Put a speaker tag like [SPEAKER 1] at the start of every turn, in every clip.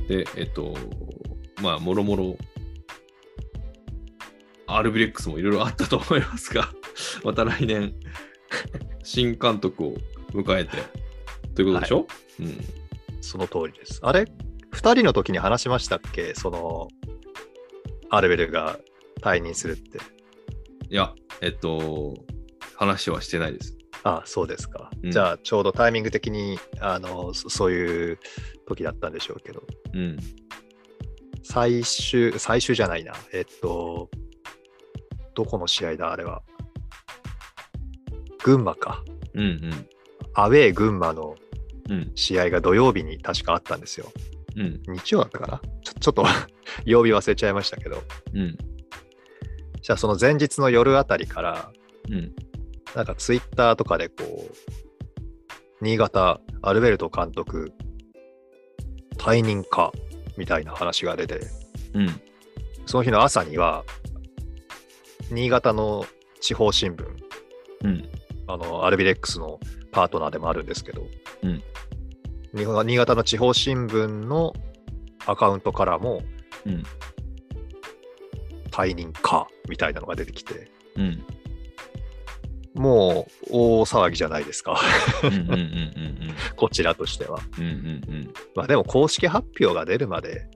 [SPEAKER 1] で、まあ、もろもろ、アルビレックスもいろいろあったと思いますが、また来年、新監督を迎えて、ということでしょ、はい、うん。
[SPEAKER 2] その通りです。あれ ?2 人の時に話しましたっけ？アルベルが退任するって。
[SPEAKER 1] いや、話はしてないです。
[SPEAKER 2] ああ、そうですか。うん、じゃあ、ちょうどタイミング的に、そういう時だったんでしょうけど。
[SPEAKER 1] うん。
[SPEAKER 2] 最終じゃないな。どこの試合だ、あれは。群馬か。
[SPEAKER 1] うんうん。
[SPEAKER 2] アウェー群馬の試合が土曜日に確かあったんですよ。
[SPEAKER 1] うん。
[SPEAKER 2] 日曜だったかな？ちょっと曜日忘れちゃいましたけど。
[SPEAKER 1] うん。
[SPEAKER 2] じゃあその前日の夜あたりから、
[SPEAKER 1] うん、
[SPEAKER 2] なんかツイッターとかでこう、新潟アルベルト監督退任かみたいな話が出て、
[SPEAKER 1] うん、
[SPEAKER 2] その日の朝には新潟の地方新聞、
[SPEAKER 1] うん、
[SPEAKER 2] アルビレックスのパートナーでもあるんですけど、
[SPEAKER 1] うん、
[SPEAKER 2] 新潟の地方新聞のアカウントからも、
[SPEAKER 1] うん、
[SPEAKER 2] 退任かみたいなのが出てきて、
[SPEAKER 1] うん、
[SPEAKER 2] もう大騒ぎじゃないですかこちらとしては、
[SPEAKER 1] うんうんうん、
[SPEAKER 2] まあでも公式発表が出るまで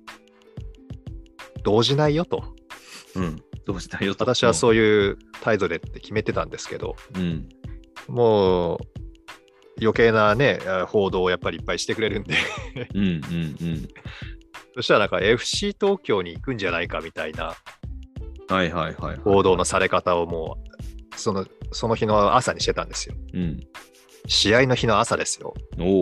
[SPEAKER 2] 動じないよと、
[SPEAKER 1] うん、動じないよと
[SPEAKER 2] 私はそういう態度でって決めてたんですけど、
[SPEAKER 1] うん、
[SPEAKER 2] もう余計なね報道をやっぱりいっぱいしてくれるんで
[SPEAKER 1] うんうんうん、
[SPEAKER 2] そしたらなんか FC 東京に行くんじゃないかみたいな報道のされ方をもうその日の朝にしてたんですよ、
[SPEAKER 1] うん、
[SPEAKER 2] 試合の日の朝ですよ。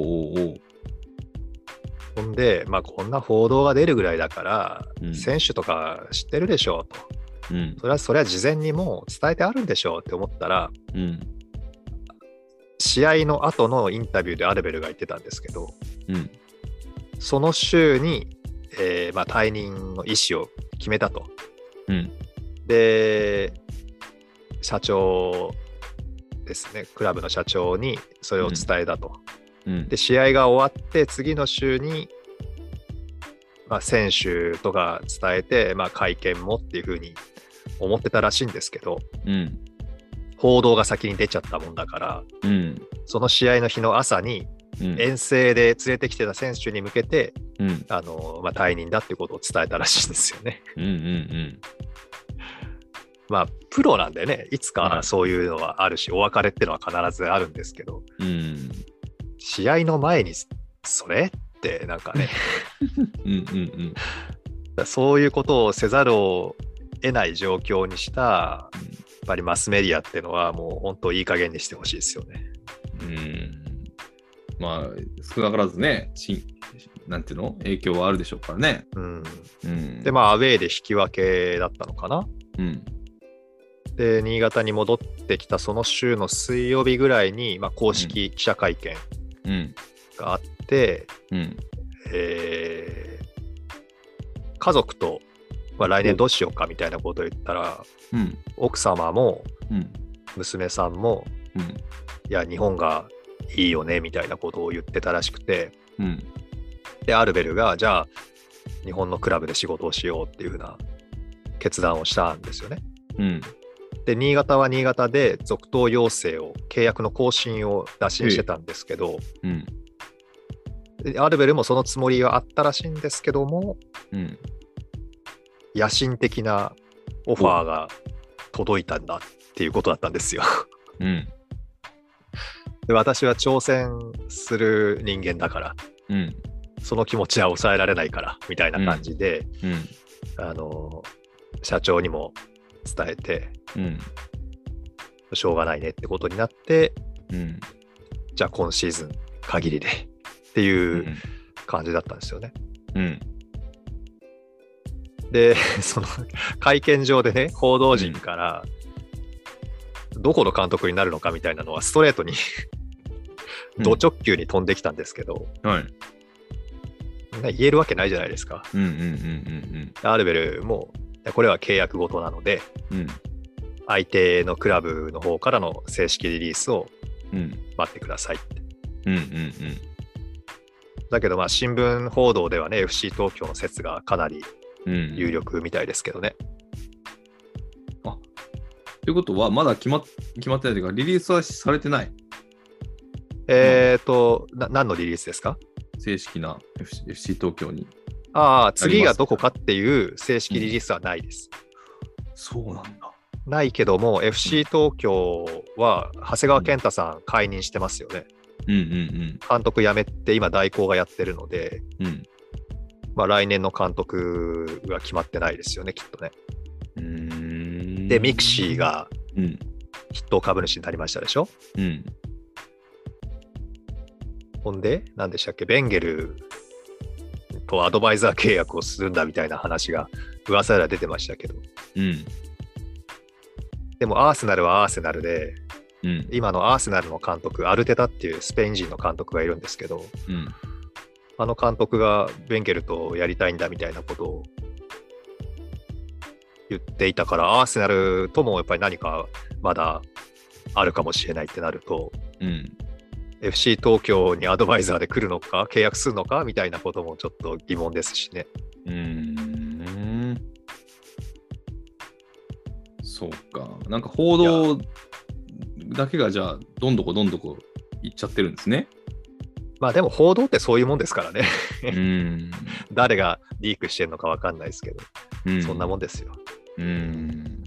[SPEAKER 2] ほんで、まあこんな報道が出るぐらいだから、うん、選手とか知ってるでしょうと、うん、それは事前にもう伝えてあるんでしょうって思ったら、うん、試合の後のインタビューでアルベルが言ってたんですけど、うん、その週に、まあ、退任の意思を決めたと、うん、で社長ですね、クラブの社長にそれを伝えたと、うん、で試合が終わって次の週に、まあ、選手とか伝えて、まあ、会見もっていうふうに思ってたらしいんですけど、うん、報道が先に出ちゃったもんだから、うん、その試合の日の朝に遠征で連れてきてた選手に向けて、うん、まあ、退任だっていうことを伝えたらしいんですよね。うんうんうん、まあプロなんでね、いつかそういうのはあるし、お別れっていうのは必ずあるんですけど、うん、試合の前にそれってなんかねうんうん、うん、そういうことをせざるを得ない状況にしたやっぱりマスメディアっていうのはもう本当いい加減にしてほしいですよね。
[SPEAKER 1] まあ少なからずね、なんていうの影響はあるでしょうからね。
[SPEAKER 2] うんうん、でまあアウェーで引き分けだったのかな。うん、で新潟に戻ってきたその週の水曜日ぐらいに、まあ、公式記者会見があって、うん、家族と、まあ、来年どうしようかみたいなことを言ったら、うん、奥様も、うん、娘さんも、うん、いや日本がいいよねみたいなことを言ってたらしくて、うん、でアルベルがじゃあ日本のクラブで仕事をしようっていうふうな決断をしたんですよね。うん、で新潟は新潟で続投要請を契約の更新を打診してたんですけど、うん、でアルベルもそのつもりはあったらしいんですけども、うん、野心的なオファーが届いたんだっていうことだったんですよ、うん、で私は挑戦する人間だから、うん、その気持ちは抑えられないからみたいな感じで、うんうん、社長にも伝えて、うん、しょうがないねってことになって、うん、じゃあ今シーズン限りでっていう感じだったんですよね、うん、でその会見場でね報道陣からどこの監督になるのかみたいなのはストレートにド直球に飛んできたんですけど、うん、はい、言えるわけないじゃないですか。アルベルもこれは契約ごとなので、うん、相手のクラブの方からの正式リリースを待ってくださいって、うんうんうん、 だけどまあ新聞報道ではね FC 東京の説がかなり有力みたいですけどね。
[SPEAKER 1] あ、ということはまだ決まってないというかリリースはされてない。
[SPEAKER 2] 何のリリースですか？
[SPEAKER 1] 正式な FC 東京に。
[SPEAKER 2] 次がどこかっていう正式リリースはないです。
[SPEAKER 1] そうなんだ。
[SPEAKER 2] ないけども FC 東京は長谷川健太さん解任してますよね。監督辞めて今代行がやってるので、まあ、来年の監督が決まってないですよねきっとね。でミクシーが筆頭株主になりましたでしょ。ほんで何でしたっけ、ベンゲルとアドバイザー契約をするんだみたいな話が噂では出てましたけど、でもアーセナルはアーセナルで、今のアーセナルの監督アルテタっていうスペイン人の監督がいるんですけど、あの監督がベンゲルとやりたいんだみたいなことを言っていたから、アーセナルともやっぱり何かまだあるかもしれないってなると、FC 東京にアドバイザーで来るのか契約するのかみたいなこともちょっと疑問ですしね。
[SPEAKER 1] そうか。なんか報道だけがじゃあどんどこ行っちゃってるんですね。
[SPEAKER 2] まあでも報道ってそういうもんですからね。誰がリークしてるのか分かんないですけど、そんなもんですよ。